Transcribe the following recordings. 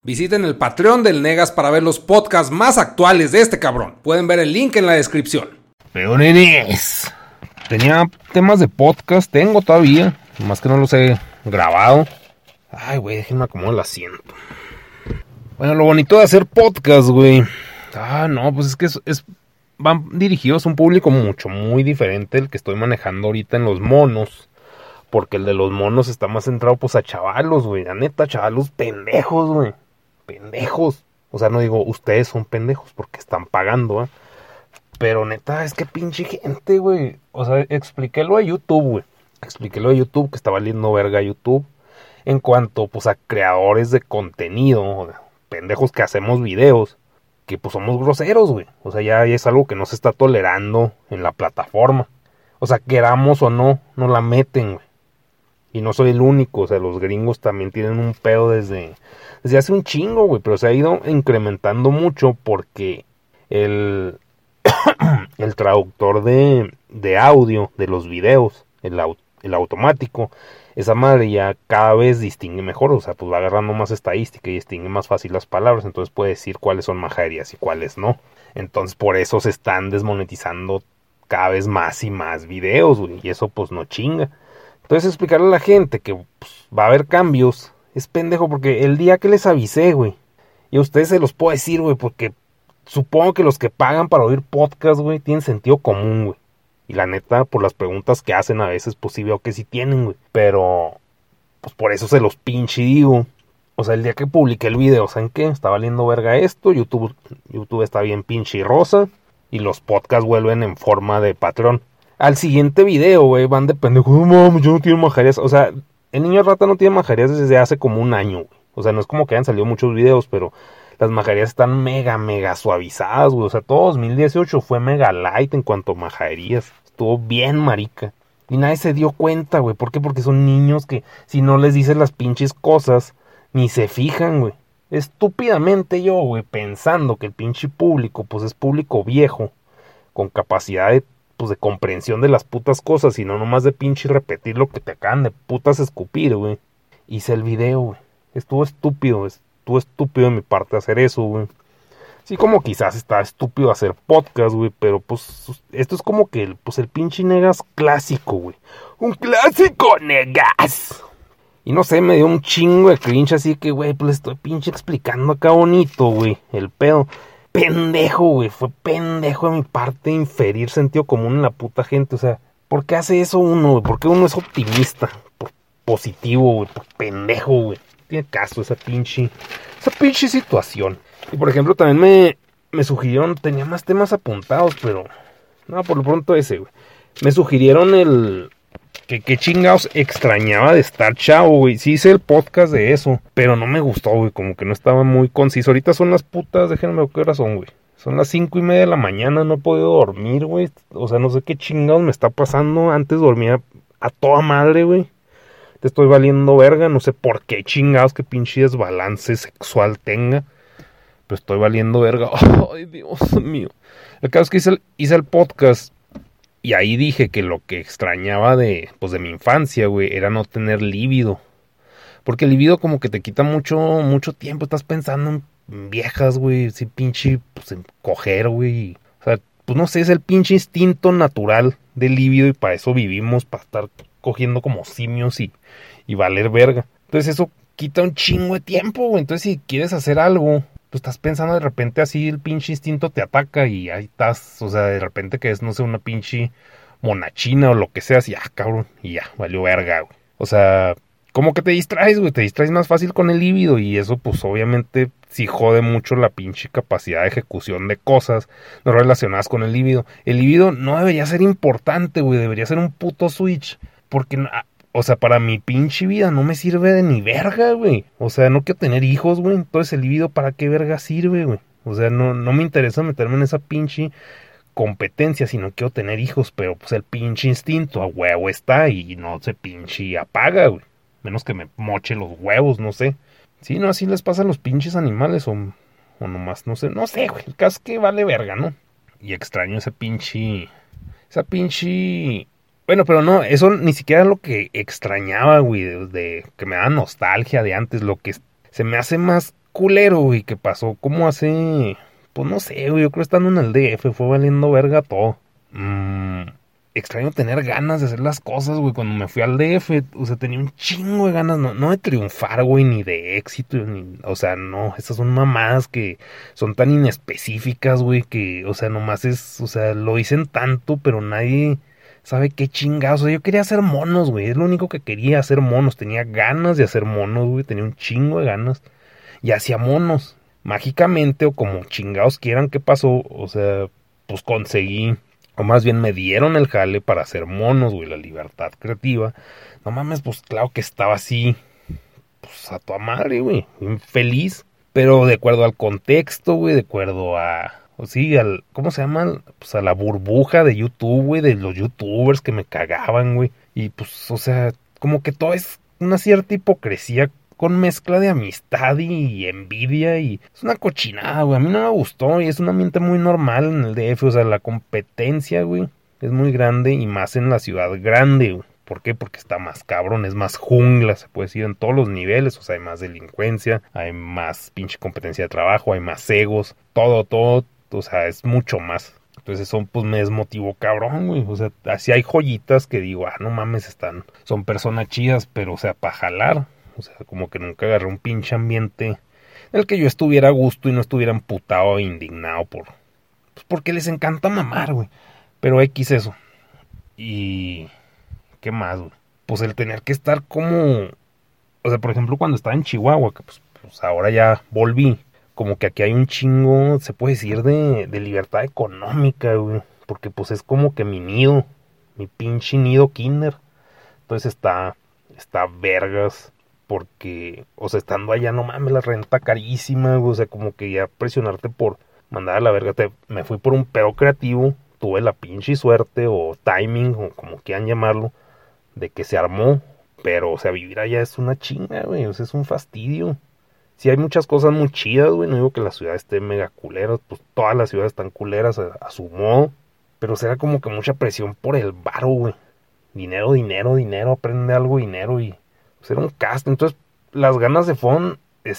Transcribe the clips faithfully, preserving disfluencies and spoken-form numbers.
Visiten el Patreon del Negas para ver los podcasts más actuales de este cabrón. Pueden ver el link en la descripción. Pero nenes, tenía temas de podcast, tengo todavía, más que no los he grabado. Ay, güey, déjenme acomodar el asiento. Bueno, lo bonito de hacer podcast, güey. Ah, no, pues es que es, es, van dirigidos a un público mucho, muy diferente del que estoy manejando ahorita en los monos. Porque el de los monos está más centrado, pues, a chavalos, güey. La neta, chavalos pendejos, güey. Pendejos. O sea, no digo, ustedes son pendejos porque están pagando, ¿eh? Pero neta, es que pinche gente, güey. O sea, explíquelo a YouTube, güey. Explíquelo a YouTube, que está valiendo verga YouTube. En cuanto, pues, a creadores de contenido, pendejos que hacemos videos, que, pues, somos groseros, güey. O sea, ya es algo que no se está tolerando en la plataforma. O sea, queramos o no, nos la meten, güey. Y no soy el único, o sea, los gringos también tienen un pedo desde, desde hace un chingo, güey, pero se ha ido incrementando mucho porque el, el traductor de, de audio de los videos, el, el automático, esa madre ya cada vez distingue mejor, o sea, pues va agarrando más estadística y distingue más fácil las palabras, entonces puede decir cuáles son majaderías y cuáles no. Entonces por eso se están desmonetizando cada vez más y más videos, güey, y eso pues no chinga. Entonces explicarle a la gente que pues, va a haber cambios es pendejo porque el día que les avisé, güey, y a ustedes se los puedo decir, güey, porque supongo que los que pagan para oír podcast, güey, tienen sentido común, güey. Y la neta, por las preguntas que hacen a veces, pues sí veo que sí tienen, güey. Pero, pues por eso se los pinche digo. O sea, el día que publiqué el video, ¿saben qué? Está valiendo verga esto, YouTube, YouTube está bien pinche rosa, y los podcasts vuelven en forma de patrón. Al siguiente video, güey, van de pendejo. No mames, yo no tengo majaderías. O sea, el niño rata no tiene majaderías desde hace como un año, güey. O sea, no es como que hayan salido muchos videos, pero las majaderías están mega, mega suavizadas, güey. O sea, todo dos mil dieciocho fue mega light en cuanto a majaderías. Estuvo bien marica. Y nadie se dio cuenta, güey. ¿Por qué? Porque son niños que si no les dices las pinches cosas, ni se fijan, güey. Estúpidamente yo, güey, pensando que el pinche público, pues es público viejo, con capacidad de pues de comprensión de las putas cosas, y no nomás de pinche repetir lo que te acaban de putas escupir, güey. Hice el video, güey. Estuvo estúpido, estuvo estúpido de mi parte hacer eso, güey. Sí, como quizás está estúpido hacer podcast, güey, pero pues esto es como que el, pues el pinche Negas clásico, güey. Un clásico, Negas. Y no sé, me dio un chingo de cringe, así que, güey, pues le estoy pinche explicando acá bonito, güey, el pedo. Pendejo, güey, fue pendejo de mi parte inferir sentido común en la puta gente, o sea, ¿por qué hace eso uno, güey? ¿Por qué uno es optimista? Por positivo, güey, por pendejo, güey. Tiene caso esa pinche, esa pinche situación. Y por ejemplo, también me, me sugirieron, tenía más temas apuntados, pero, no, por lo pronto ese, güey. Me sugirieron el... Que qué chingados extrañaba de estar chavo, güey. Sí hice el podcast de eso, pero no me gustó, güey. Como que no estaba muy conciso. Ahorita son las putas, déjenme ver qué horas son, güey. Son las cinco y media de la mañana, no he podido dormir, güey. O sea, no sé qué chingados me está pasando. Antes dormía a toda madre, güey. Te estoy valiendo verga, no sé por qué chingados, qué pinche desbalance sexual tenga. Pero estoy valiendo verga. Ay, Dios mío. El caso es que hice el, hice el podcast. Y ahí dije que lo que extrañaba de, pues de mi infancia, güey, era no tener líbido. Porque el líbido como que te quita mucho, mucho tiempo. Estás pensando en viejas, güey, así pinche, pues en coger, güey. O sea, pues no sé, es el pinche instinto natural del líbido y para eso vivimos, para estar cogiendo como simios y, y valer verga. Entonces eso quita un chingo de tiempo, güey. Entonces si quieres hacer algo, pues estás pensando de repente así, el pinche instinto te ataca y ahí estás, o sea, de repente que es, no sé, una pinche monachina o lo que sea, así, ah, cabrón, y ya, valió verga, güey. O sea, como que te distraes, güey, te distraes más fácil con el líbido y eso, pues, obviamente, sí jode mucho la pinche capacidad de ejecución de cosas no relacionadas con el líbido. El líbido no debería ser importante, güey, debería ser un puto switch, porque... O sea, para mi pinche vida no me sirve de ni verga, güey. O sea, no quiero tener hijos, güey. Entonces el líbido, ¿para qué verga sirve, güey? O sea, no, no me interesa meterme en esa pinche competencia, sino quiero tener hijos. Pero pues el pinche instinto a huevo está y no se pinche apaga, güey. Menos que me moche los huevos, no sé. Sí, no, así les pasa a los pinches animales o, o nomás, no sé. No sé, güey. El caso es que vale verga, ¿no? Y extraño ese pinche... Esa pinche... Bueno, pero no, eso ni siquiera es lo que extrañaba, güey, de, de que me da nostalgia de antes. Lo que se me hace más culero, güey, que pasó como hace, pues no sé, güey, yo creo estando en el D F, fue valiendo verga todo. Mmm, extraño tener ganas de hacer las cosas, güey, cuando me fui al D F, o sea, tenía un chingo de ganas, no, no de triunfar, güey, ni de éxito, ni, o sea, no, esas son mamadas que son tan inespecíficas, güey, que, o sea, nomás es, o sea, lo dicen tanto, pero nadie sabe qué chingados, o sea, yo quería hacer monos, güey, es lo único que quería, hacer monos, tenía ganas de hacer monos, güey, tenía un chingo de ganas, y hacía monos, mágicamente, o como chingados quieran que pasó, o sea, pues conseguí, o más bien me dieron el jale para hacer monos, güey, la libertad creativa. No mames, pues claro que estaba así, pues a toda madre, güey, infeliz. Pero de acuerdo al contexto, güey, de acuerdo a, o sí, al, ¿cómo se llama? Pues a la burbuja de YouTube, güey, de los youtubers que me cagaban, güey. Y pues, o sea, como que todo es una cierta hipocresía con mezcla de amistad y envidia y es una cochinada, güey, a mí no me gustó y es un ambiente muy normal en el D F, o sea, la competencia, güey, es muy grande y más en la ciudad grande, güey. ¿Por qué? Porque está más cabrón, es más jungla, se puede decir, en todos los niveles, o sea, hay más delincuencia, hay más pinche competencia de trabajo, hay más egos, todo, todo, o sea, es mucho más. Entonces eso pues me desmotivó cabrón, güey, o sea, así hay joyitas que digo, ah, no mames, están, son personas chidas, pero o sea, para jalar. O sea, como que nunca agarré un pinche ambiente en el que yo estuviera a gusto y no estuviera emputado e indignado por... Pues porque les encanta mamar, güey. Pero X eso. Y... ¿qué más, güey? Pues el tener que estar como... O sea, por ejemplo, cuando estaba en Chihuahua, que pues, pues ahora ya volví. Como que aquí hay un chingo, se puede decir, de, de libertad económica, güey. Porque pues es como que mi nido. Mi pinche nido kinder. Entonces está... Está vergas... Porque, o sea, estando allá, no mames, la renta carísima, güey, o sea, como que ya presionarte por mandar a la verga, te, me fui por un pedo creativo, tuve la pinche suerte, o timing, o como quieran llamarlo, de que se armó, pero, o sea, vivir allá es una chinga, güey, o sea, es un fastidio. Sí hay muchas cosas muy chidas, güey, no digo que la ciudad esté mega culera, pues todas las ciudades están culeras a, a su modo, pero será como que mucha presión por el varo, güey, dinero, dinero, dinero, aprende algo, dinero, y... pues era un cast, entonces las ganas se fueron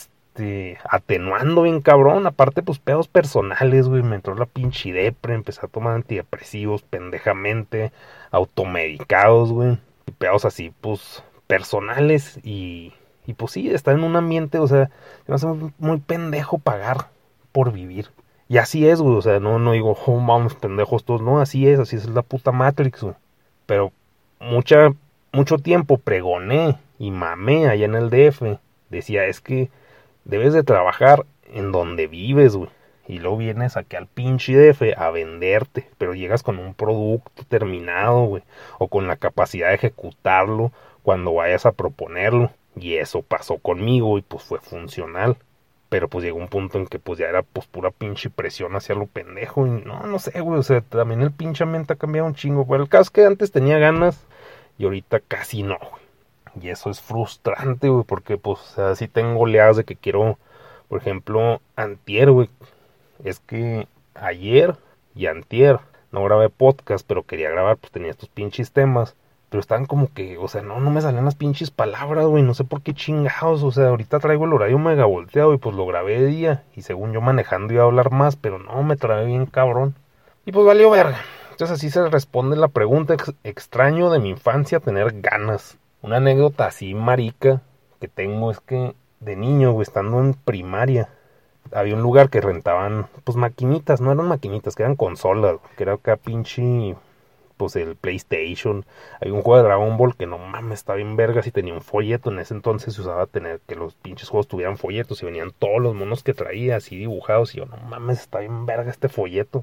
este, atenuando bien cabrón, aparte pues pedos personales, güey, me entró la pinche depre, empecé a tomar antidepresivos pendejamente, automedicados, güey, y pedos así, pues, personales, y, y pues sí, estar en un ambiente, o sea, me hace muy, muy pendejo pagar por vivir, y así es, güey, o sea, no, no digo, oh, vamos, pendejos todos, no, así es, así es la puta Matrix, güey, pero mucha, mucho tiempo pregoné, y mamé allá en el D F, decía, es que debes de trabajar en donde vives, güey, y luego vienes aquí al pinche D F a venderte, pero llegas con un producto terminado, güey, o con la capacidad de ejecutarlo cuando vayas a proponerlo, y eso pasó conmigo y pues fue funcional, pero pues llegó un punto en que pues ya era pues pura pinche presión hacia lo pendejo, y no, no sé, güey, o sea, también el pinche ambiente ha cambiado un chingo, güey, el caso es que antes tenía ganas, y ahorita casi no, güey. Y eso es frustrante, güey, porque pues, o sea, sí tengo oleadas de que quiero, por ejemplo, antier, güey. Es que ayer y antier no grabé podcast, pero quería grabar, pues tenía estos pinches temas. Pero estaban como que, o sea, no, no me salían las pinches palabras, güey, no sé por qué chingados. O sea, ahorita traigo el horario mega volteado y pues lo grabé de día. Y según yo manejando iba a hablar más, pero no, me trabé bien cabrón. Y pues valió verga. Entonces así se responde la pregunta, ex- extraño de mi infancia tener ganas. Una anécdota así marica que tengo es que de niño, güey, estando en primaria, había un lugar que rentaban, pues, maquinitas, no eran maquinitas, que eran consolas, que era acá pinche, pues, el PlayStation. Había un juego de Dragon Ball que no mames, estaba bien vergas y tenía un folleto. En ese entonces se usaba tener que los pinches juegos tuvieran folletos y venían todos los monos que traía así dibujados. Y yo, no mames, está bien verga este folleto.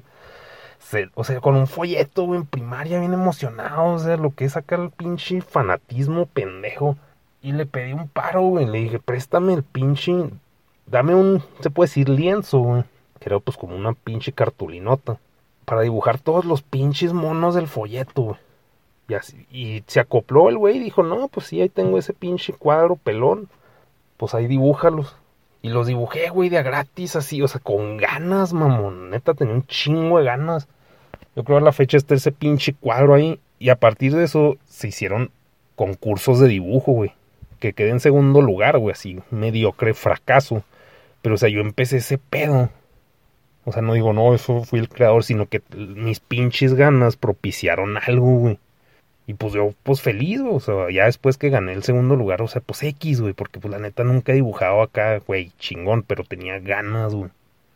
Se, o sea, con un folleto, güey, en primaria, bien emocionado, o sea, lo que es acá el pinche fanatismo pendejo. Y le pedí un paro, güey, le dije, préstame el pinche, dame un, se puede decir, lienzo, güey, que era pues como una pinche cartulinota, para dibujar todos los pinches monos del folleto, güey. Y, así, y se acopló el güey y dijo, no, pues sí, ahí tengo ese pinche cuadro pelón, pues ahí dibújalos. Y los dibujé, güey, de a gratis, así, o sea, con ganas, mamón. Neta, tenía un chingo de ganas. Yo creo que a la fecha está ese pinche cuadro ahí. Y a partir de eso se hicieron concursos de dibujo, güey. Que quedé en segundo lugar, güey, así, mediocre fracaso. Pero, o sea, yo empecé ese pedo. O sea, no digo, no, eso fui el creador, sino que mis pinches ganas propiciaron algo, güey. Y pues yo, pues feliz, güey. O sea, ya después que gané el segundo lugar, o sea, pues X, güey. Porque pues la neta nunca he dibujado acá, güey, chingón. Pero tenía ganas, güey.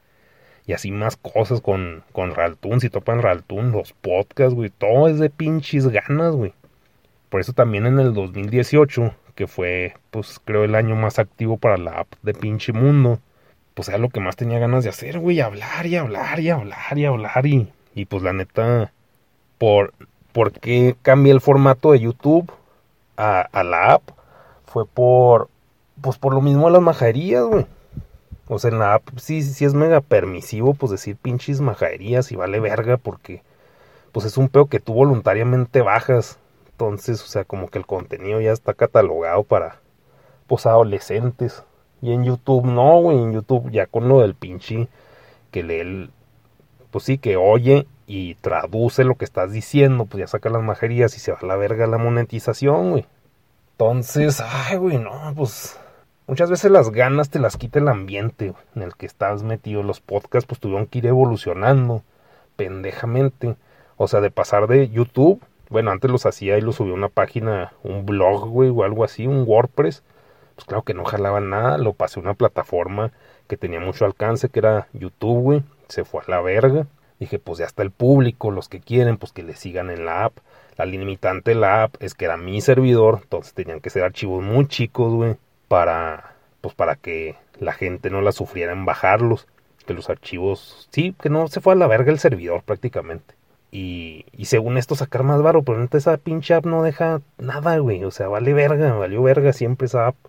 Y así más cosas con, con Raltoon, si topan Raltoon, los podcasts, güey. Todo es de pinches ganas, güey. Por eso también en el dos mil dieciocho, que fue, pues creo el año más activo para la app de pinche mundo, pues era lo que más tenía ganas de hacer, güey, hablar y hablar y hablar y hablar y, y pues la neta, por, ¿por qué cambié el formato de YouTube a, a la app? Fue por, pues por lo mismo de las majaderías, güey. O sea, en la app sí, sí es mega permisivo, pues decir pinches majaderías y vale verga porque, pues es un pedo que tú voluntariamente bajas. Entonces, o sea, como que el contenido ya está catalogado para, pues, adolescentes. Y en YouTube no, güey, en YouTube ya con lo del pinche que lee el, pues sí, que oye y traduce lo que estás diciendo, pues ya saca las majerías y se va a la verga la monetización, güey. Entonces, ay, güey, no, pues muchas veces las ganas te las quita el ambiente, güey, en el que estás metido. Los podcasts pues tuvieron que ir evolucionando pendejamente. O sea, de pasar de YouTube, bueno, antes los hacía y los subía a una página, un blog, güey, o algo así, un WordPress. Pues claro que no jalaba nada, lo pasé a una plataforma que tenía mucho alcance, que era YouTube, güey, se fue a la verga. Dije, pues ya está el público, los que quieren, pues que le sigan en la app. La limitante de la app es que era mi servidor, entonces tenían que ser archivos muy chicos, güey, para, pues para que la gente no la sufriera en bajarlos. Que los archivos, sí, que no se fue a la verga el servidor prácticamente. Y, y según esto sacar más varo, pero neta esa pinche app no deja nada, güey. O sea, vale verga, valió verga siempre esa app.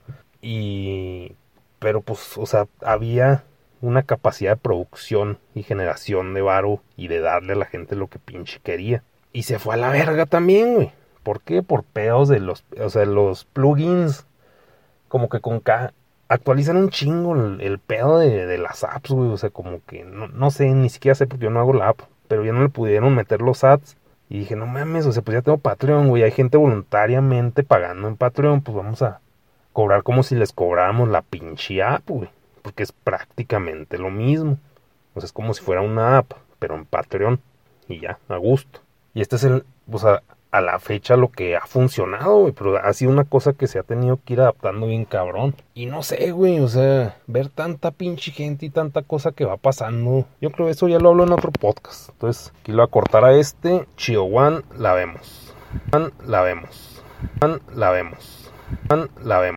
Y, pero pues, o sea, había una capacidad de producción y generación de varo y de darle a la gente lo que pinche quería. Y se fue a la verga también, güey. ¿Por qué? Por pedos de los, o sea, los plugins. Como que con cada, actualizan un chingo el, el pedo de, de las apps, güey. O sea, como que, no, no sé, ni siquiera sé porque yo no hago la app. Pero ya no le pudieron meter los ads. Y dije, no mames, o sea, pues ya tengo Patreon, güey. Hay gente voluntariamente pagando en Patreon. Pues vamos a cobrar como si les cobráramos la pinche app, güey. Porque es prácticamente lo mismo. O sea, es como si fuera una app, pero en Patreon. Y ya, a gusto. Y este es el, o sea, a la fecha lo que ha funcionado, güey. Pero ha sido una cosa que se ha tenido que ir adaptando bien cabrón. Y no sé, güey, o sea, ver tanta pinche gente y tanta cosa que va pasando. Yo creo que eso ya lo hablo en otro podcast. Entonces, aquí lo voy a cortar a este. Chiowan, la vemos. La vemos. La vemos. La vemos.